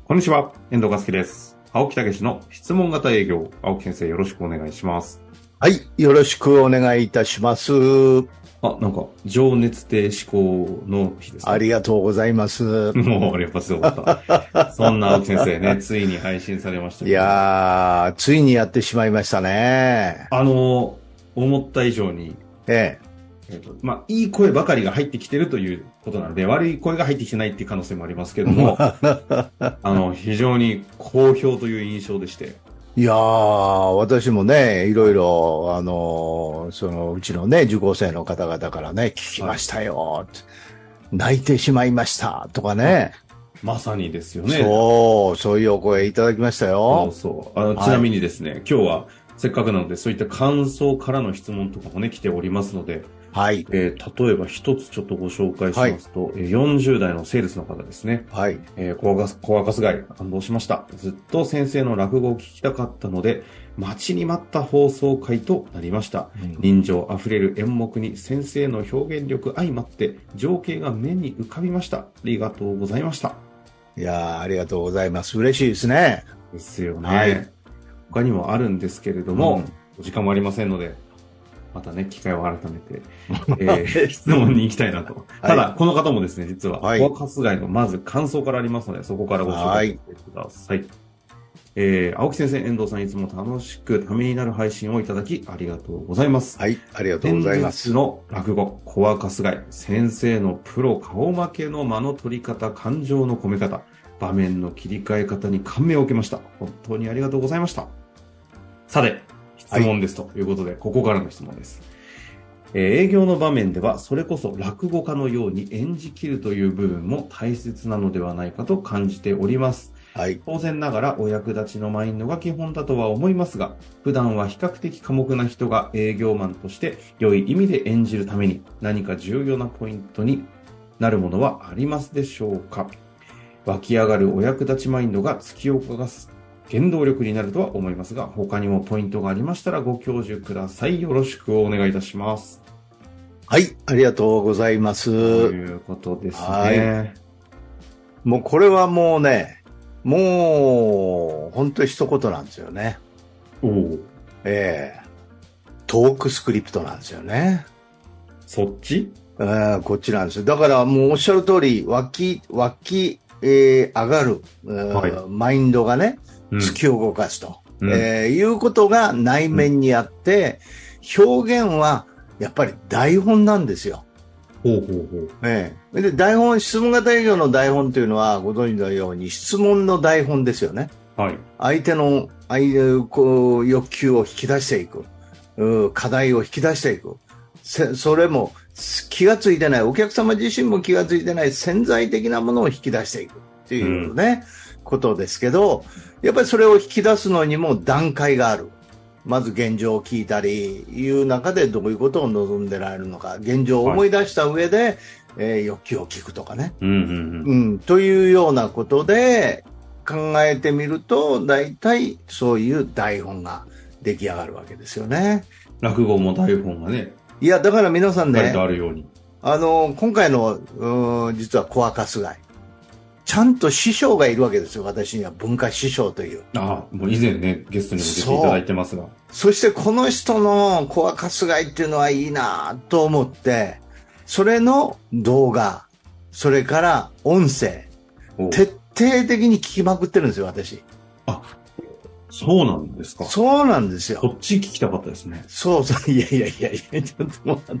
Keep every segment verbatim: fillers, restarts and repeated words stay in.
こんにちは、遠藤和樹です。青木武の質問型営業、青木先生よろしくお願いします。 はい、よろしくお願いいたします。 あ、なんか、情熱亭思考の日ですか？ ありがとうございます。 もう、やっぱ強かった。そんな青木先生ね、ついに配信されましたけど。 いやー、ついにやってしまいましたね。 あの、思った以上に、 ええ。 えっと、まあ、いい声ばかりが入ってきてるということなので、悪い声が入ってきてないっていう可能性もありますけども、あの、非常に好評という印象でして。 いやー、私もね、いろいろ、あのー、そのうちのね、受講生の方々からね、聞きましたよ、はい、泣いてしまいましたとかね。 まさにですよね。 そう、そういうお声いただきましたよ。 そうそう。あの、ちなみにですね、はい、今日はせっかくなので、そういった感想からの質問とかもね、来ておりますので、 はい。 えー、例えば一つちょっとご紹介しますと、はい、よんじゅう代のセールスの方ですね。 はい。 えー、コアガス、コアガス街、感動しました。ずっと先生の落語を聞きたかったので、待ちに待った放送回となりました。うん、人情あふれる演目に先生の表現力相まって、情景が目に浮かびました。ありがとうございました。 いやー、ありがとうございます。嬉しいですね。 ですよね。はい、他にもあるんですけれども、うん、お時間もありませんので、またね、機会を改めて、えー、質問に行きたいなと。はい、ただ、この方もですね、実は、コアカス街のまず感想からありますので、そこからご紹介してください。はい、えー、青木先生、遠藤さん、いつも楽しくためになる配信をいただき、ありがとうございます。 はい、ありがとうございます。 先日の落語、コアカス街、先生のプロ顔負けの間の取り方、感情の込め方、場面の切り替え方に感銘を受けました。本当にありがとうございました。さて、質問ですということで、はい、ここからの質問です。えー、営業の場面では、それこそ落語家のように演じきるという部分も大切なのではないかと感じております。はい、当然ながらお役立ちのマインドが基本だとは思いますが、普段は比較的寡黙な人が営業マンとして良い意味で演じるために何か重要なポイントになるものはありますでしょうか？湧き上がるお役立ちマインドが突き動かす原動力になるとは思いますが、他にもポイントがありましたらご教授ください。よろしくお願いいたします。 はい、ありがとうございます。 ということですね。はい、 もうこれはもうね、もう本当に一言なんですよね。 おお。 ええー、トークスクリプトなんですよね。 そっち？ えー、こっちなんですよ。だからもうおっしゃる通り、湧き、湧き、えー、上がる、はい、マインドがね、突き動かすと、うんえー、いうことが内面にあって、うん、表現はやっぱり台本なんですよ。 ほうほうほう。 えー、で台本、質問型営業の台本というのはご存知のように質問の台本ですよね。 はい。 相手の相手こう欲求を引き出していく、課題を引き出していく。それも気がついてない、お客様自身も気がついてない潜在的なものを引き出していくっていうね、うん、ことですけど、やっぱりそれを引き出すのにも段階がある。まず現状を聞いたりいう中でどういうことを望んでられるのか、現状を思い出した上で、はい、えー、欲求を聞くとかね、 うんうんうんうん、というようなことで考えてみると、大体そういう台本が出来上がるわけですよね。 落語も台本がね。 いや、だから皆さんね、 あるようにあの、今回の、実はコアカス街、ちゃんと師匠がいるわけですよ。私には文化師匠という。 ああ、もう以前ね、ゲストにも出ていただいてますが。 そ, そしてこの人のコアカス街っていうのはいいなと思って、それの動画、それから音声、徹底的に聞きまくってるんですよ、私。 あ、そうなんですか。 そうなんですよ。 こっち聞きたかったですね。 そうそう、いやいやいやいや、ちょっと待って。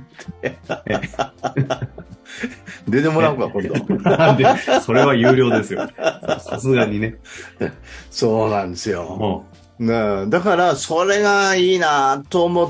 出てもらうか、今度。 それは有料ですよ。さすがにね。 そうなんですよ。ね、だから、それがいいなと思って、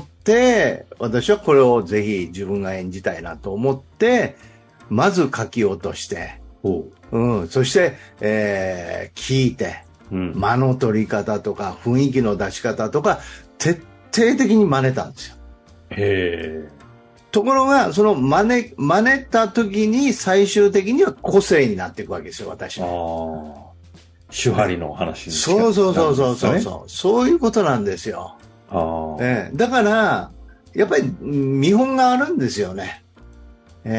私はこれをぜひ自分が演じたいなと思って、まず書き落として、うん、そして、えー、聞いて、うん、間の取り方とか雰囲気の出し方とか徹底的に真似たんですよ。 へー。 ところがその真似、真似た時に最終的には個性になっていくわけですよ、私は。ああ。手張りの話に、ね、 そうそうそうそうそうそうそういうことなんですよ。 あ、 ええ、だからやっぱり見本があるんですよね。ええ、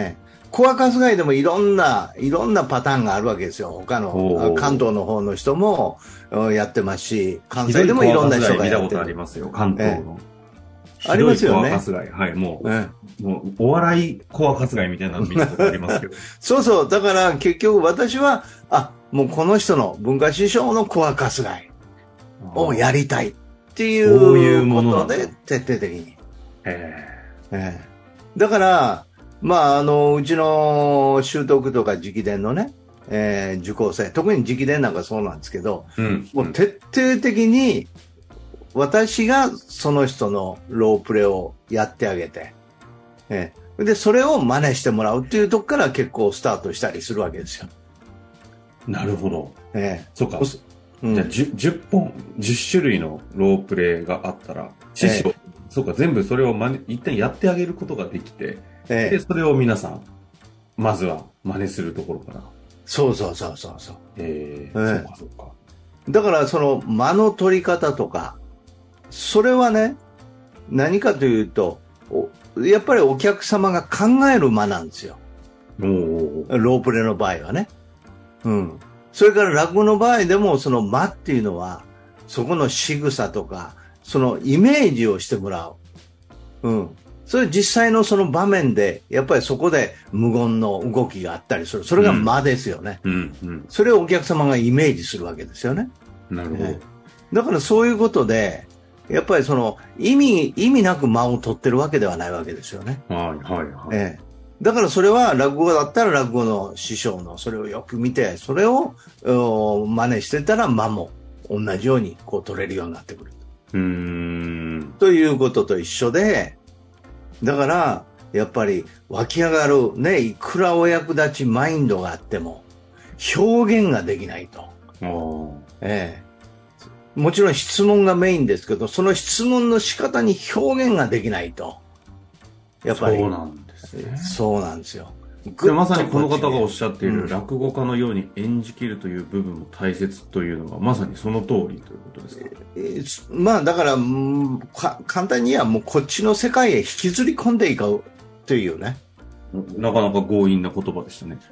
コアカスガイでもいろんな、いろんなパターンがあるわけですよ。他の、関東の方の人もやってますし、関西でもいろんな人がやってる。 見たことありますよ、関東の。 ありますよね。 コアカスガイ。はい、もう、ええ、もう、お笑いコアカスガイみたいなの見たことありますけど。 そうそう。だから結局私は、あ、もうこの人の文化師匠のコアカスガイをやりたいっていうことで、徹底的に。ええ、だから、まあ、あの、うちの習得とか直伝のね、えー、受講生、特に直伝なんかそうなんですけど、うん、もう徹底的に私がその人のロープレをやってあげて、えー、で、それを真似してもらうっていうとこから結構スタートしたりするわけですよ。 なるほど。えー、そうか。うん、じゃあ 10, じゅっぽん、じゅっしゅるいのロープレがあったら、師匠、えー、そうか、全部それを真似、一旦やってあげることができて、ええ、で、それを皆さん、まずは真似するところから。 そうそうそうそうそう。 ええー、そうかそうか。 だから、その間の取り方とか、それはね、何かというと、やっぱりお客様が考える間なんですよ。ロープレの場合はね。うん。それから落語の場合でも、その間っていうのは、そこの仕草とか、そのイメージをしてもらう。うん。それ実際のその場面で、やっぱりそこで無言の動きがあったりする。それが間ですよね。うんうんうん、それをお客様がイメージするわけですよね。 なるほど。ね、 だからそういうことで、やっぱりその意味、意味なく間を取ってるわけではないわけですよね。 はいはいはい。 ええ、だからそれは落語だったら落語の師匠のそれをよく見て、それを真似してたら間も同じようにこう取れるようになってくる。 うーん。 ということと一緒で、だから、やっぱり湧き上がるね、いくらお役立ちマインドがあっても、表現ができないと。ええ、もちろん質問がメインですけど、その質問の仕方に表現ができないと。 やっぱり。そうなんですね。 そうなんですよ。 でまさにこの方がおっしゃっている落語家のように演じきるという部分も大切というのはまさにその通りということですか。 えー、まあだからか簡単に言えばもうこっちの世界へ引きずり込んでいこうというね。 なかなか強引な言葉でしたね。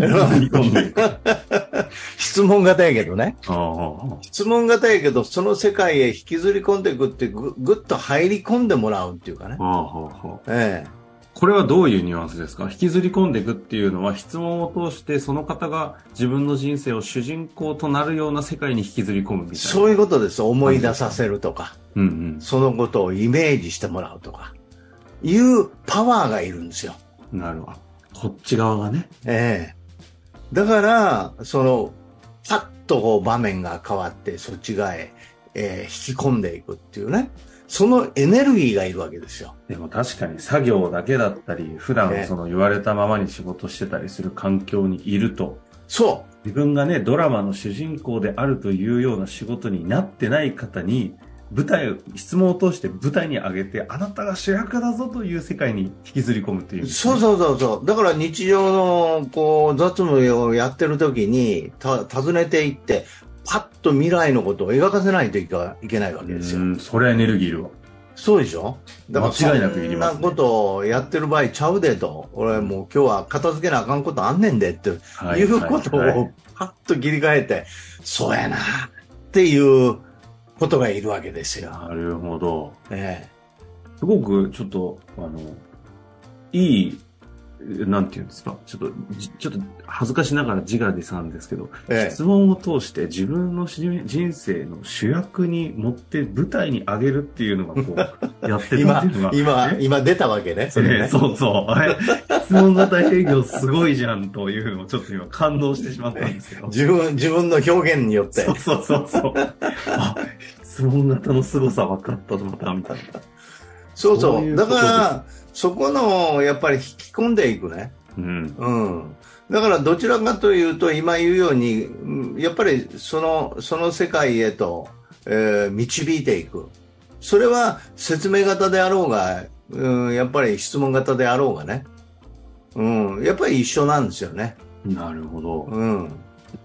質問型やけどね。あ質問型やけどその世界へ引きずり込んでいくってぐぐっと入り込んでもらうっていうかね。あええこれはどういうニュアンスですか？引きずり込んでいくっていうのは質問を通してその方が自分の人生を主人公となるような世界に引きずり込むみたいな。 そういうことです。思い出させるとか、 うんうん、 そのことをイメージしてもらうとかいうパワーがいるんですよ。 なるほど。こっち側がね。 ええだからそのパッとこう場面が変わってそっち側へ、えー、引き込んでいくっていうね。そのエネルギーがいるわけですよ。 でも確かに作業だけだったり、普段その言われたままに仕事してたりする環境にいると、 そう。 自分がね、ドラマの主人公であるというような仕事になってない方に、舞台、質問を通して舞台に上げて、あなたが主役だぞという世界に引きずり込むっていう、ね。 そうそうそうそう。だから日常のこう雑務をやってる時に、た訪ねていって、パッと未来のことを描かせないといけないわけですよ。うん、 それはエネルギーいるわ。 そうでしょ。だから間違いなくいります、ね。 そんなことをやってる場合ちゃうでと。俺もう今日は片付けなあかんことあんねんでっていうことをパッと切り替えて、そうやなっていうことがいるわけですよ。 なるほど。 ええ、 すごくちょっとあのいい。なんていうんですか、ちょっと、ちょっと恥ずかしながら自画自賛ですけど、ええ、質問を通して自分の人生の主役に持って舞台に上げるっていうのがこう、やってたっていうのが。 今、今、今出たわけね。それね、 えー、そうそう。あれ、質問型営業すごいじゃんというのをちょっと今感動してしまったんですけど。 自分、自分の表現によって。 そうそうそうそう。あ、質問型の凄さ分かったとまた、みたいな。 そうそう。そういうだから、そこの、やっぱり引き込んでいくね。 うん。 うん。だからどちらかというと、今言うように、やっぱりその、その世界へと、えー、導いていく。それは説明型であろうが、うん、やっぱり質問型であろうがね。うん。やっぱり一緒なんですよね。 なるほど。 うん。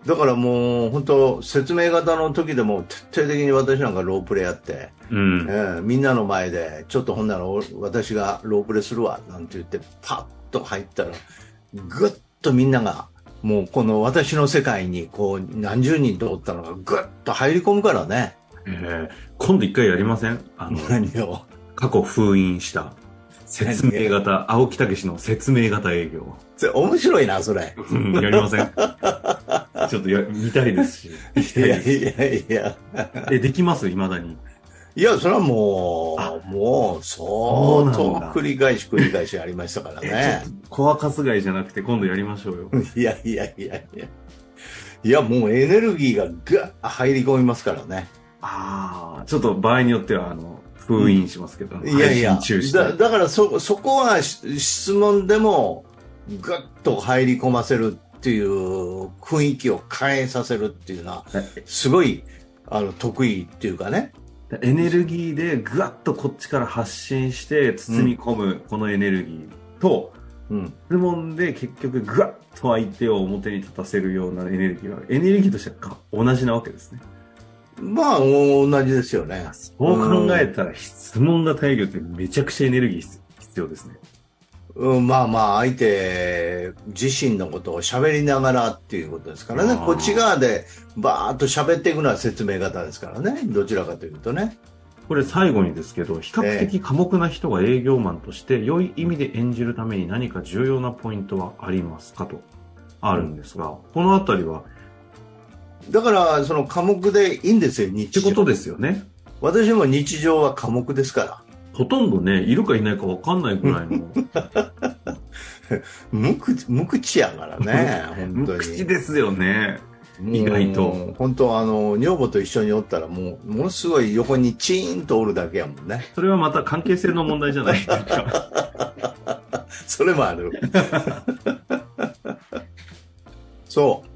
だからもう本当説明型の時でも徹底的に私なんかロープレやって、 うんえーみんなの前でちょっとほんなら私がロープレするわなんて言ってパッと入ったらぐっとみんながもうこの私の世界にこう何十人とおったのがぐっと入り込むからね。 えー、今度一回やりません？あの何を過去封印した説明型、青木武の説明型営業。 それ面白いなそれ。 うん、やりません？ちょっとや見たいですし。 いやいやいや。 え、できます未だに。 いや、それはもう、もう、相当繰り返し繰り返しありましたからね。 コアカスガイじゃなくて今度やりましょうよ。 いやいやいやいや。いや、もうエネルギーがガッ入り込みますからね。 ああ、ちょっと場合によっては、あの、封印しますけど、 うん、いやいや、だ、だからそ、そこは質問でも、ガッと入り込ませるっていう雰囲気を変えさせるっていうのは、すごい、あの、得意っていうかね。 エネルギーでぐわっとこっちから発信して包み込むこのエネルギーと、うん、質問で結局ぐわっと相手を表に立たせるようなエネルギーはエネルギーとしては同じなわけですね。 まあ同じですよね。 そう考えたら質問型営業ってめちゃくちゃエネルギー必要ですね。 うん、まあまあ相手自身のことを喋りながらっていうことですからね。こっち側でバーッと喋っていくのは説明型ですからね。どちらかというとね。 これ最後にですけど、比較的寡黙な人が営業マンとして良い意味で演じるために何か重要なポイントはありますかとあるんですが、うん、このあたりはだからその寡黙でいいんですよ、日常。 ってことですよね。 私も日常は寡黙ですから。 ほとんどね、いるかいないか分かんないぐらいの。 無口、無口やからね、本当に。 無口ですよね。意外と。 本当あの、女房と一緒におったらもう、ものすごい横にチーンとおるだけやもんね。 それはまた関係性の問題じゃないですか。 それもある。そう。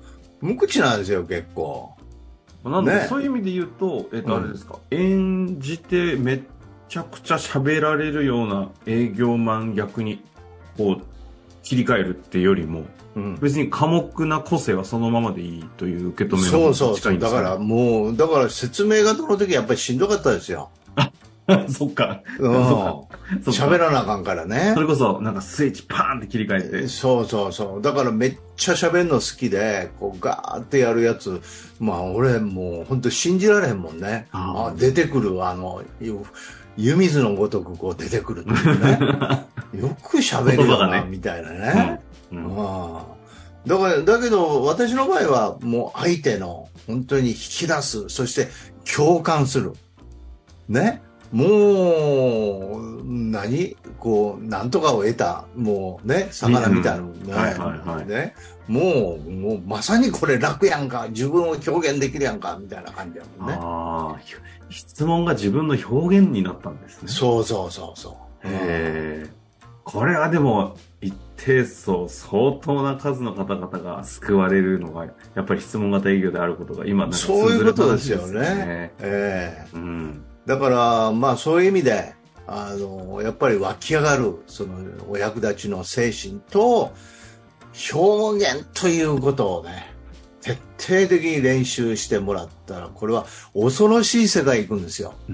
無口なんですよ、結構。 なので、ね、そういう意味で言うと、えっと、あれですか、うん、演じてめっめちゃくちゃ喋られるような営業マン逆にこう切り替えるっていうよりも、うん、別に寡黙な個性はそのままでいいという受け止めの方が近いんですか？そうそうそう。だからもうだから説明型の時やっぱりしんどかったですよ。 そっか。 うん。喋らなあかんからね。 それこそなんかスイッチパーンって切り替えて。 そうそうそう。だからめっちゃ喋るの好きでこうガーってやるやつ、まあ俺もう本当信じられへんもんね。ああ出てくるあの。湯水のごとくこう出てくるっていうね。よく喋るよな、ね、みたいなね。うんうん、だから、だけど私の場合はもう相手の本当に引き出す、そして共感する。ね。もう、何こう、なんとかを得た、もうね、魚みたいなのね。はいはいはい。ね。もう、もうまさにこれ楽やんか、自分を表現できるやんか、みたいな感じやもんね。 ああ、質問が自分の表現になったんですね。 そうそうそうそう。 へえ。これはでも、一定層、相当な数の方々が救われるのが、やっぱり質問型営業であることが今、なんかそういうことですよね。ええー。うん。だから、まあそういう意味で、あの、やっぱり湧き上がる、その、お役立ちの精神と、表現ということをね、徹底的に練習してもらったら、これは恐ろしい世界行くんですよ。うん、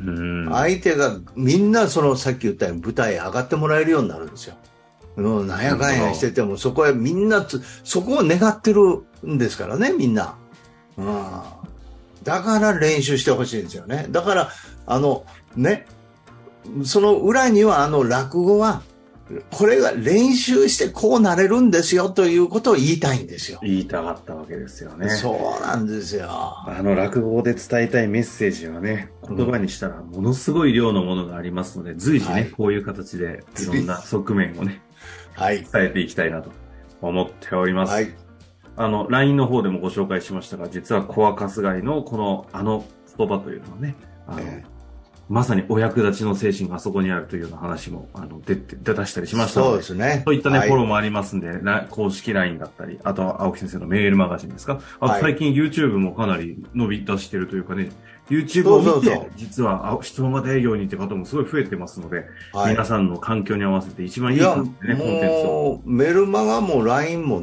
相手がみんなそのさっき言ったように舞台へ上がってもらえるようになるんですよ。うん、なんやかんやしてても、そこへみんなつ、そこを願ってるんですからね、みんな。うん、だから練習してほしいんですよね。だから、あの、ね、その裏にはあの落語は、これが練習してこうなれるんですよということを言いたいんですよ。 言いたかったわけですよね。 そうなんですよ。 あの落語で伝えたいメッセージはね、言葉にしたらものすごい量のものがありますので、随時ね、はい、こういう形でいろんな側面をね、はい、伝えていきたいなと思っております。はい、あの、ライン の方でもご紹介しましたが、実はコアカスガイのこの、あの言葉というのはね、あの、えーまさにお役立ちの精神があそこにあるというような話もあの出て出したりしましたので、 そうですね。 そういったね、はい、フォローもありますんで、公式 ライン だったり、あとは青木先生のメールマガジンですか。あと最近 YouTube もかなり伸び出してるというかね、YouTube を見て、そうそうそう実は質問型営業にって方もすごい増えてますので、はい、皆さんの環境に合わせて一番いい感じでね、コンテンツを。 メルマガも ライン もね、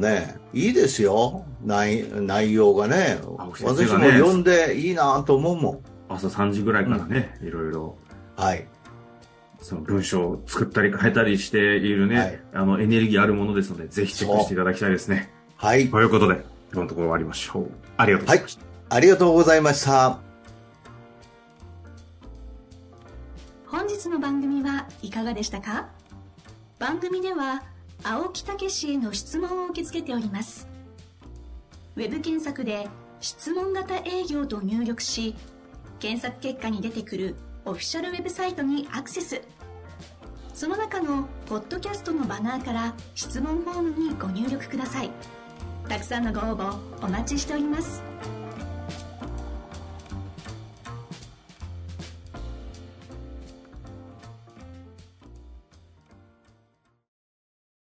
いいですよ、内内容がね。 青木先生がね私も読んでいいなと思うもん。 朝さんじぐらいからね、いろいろ、 はい。 その文章を作ったり変えたりしているね、はい、あのエネルギーあるものですので、ぜひチェックしていただきたいですね。 はい。 ということで、今のところ終わりましょう。ありがとうございました。 はい。ありがとうございました。 本日の番組はいかがでしたか？番組では青木武氏への質問を受け付けております。ウェブ検索で質問型営業と入力し、検索結果に出てくるオフィシャルウェブサイトにアクセス。その中のポッドキャストのバナーから質問フォームにご入力ください。たくさんのご応募お待ちしております。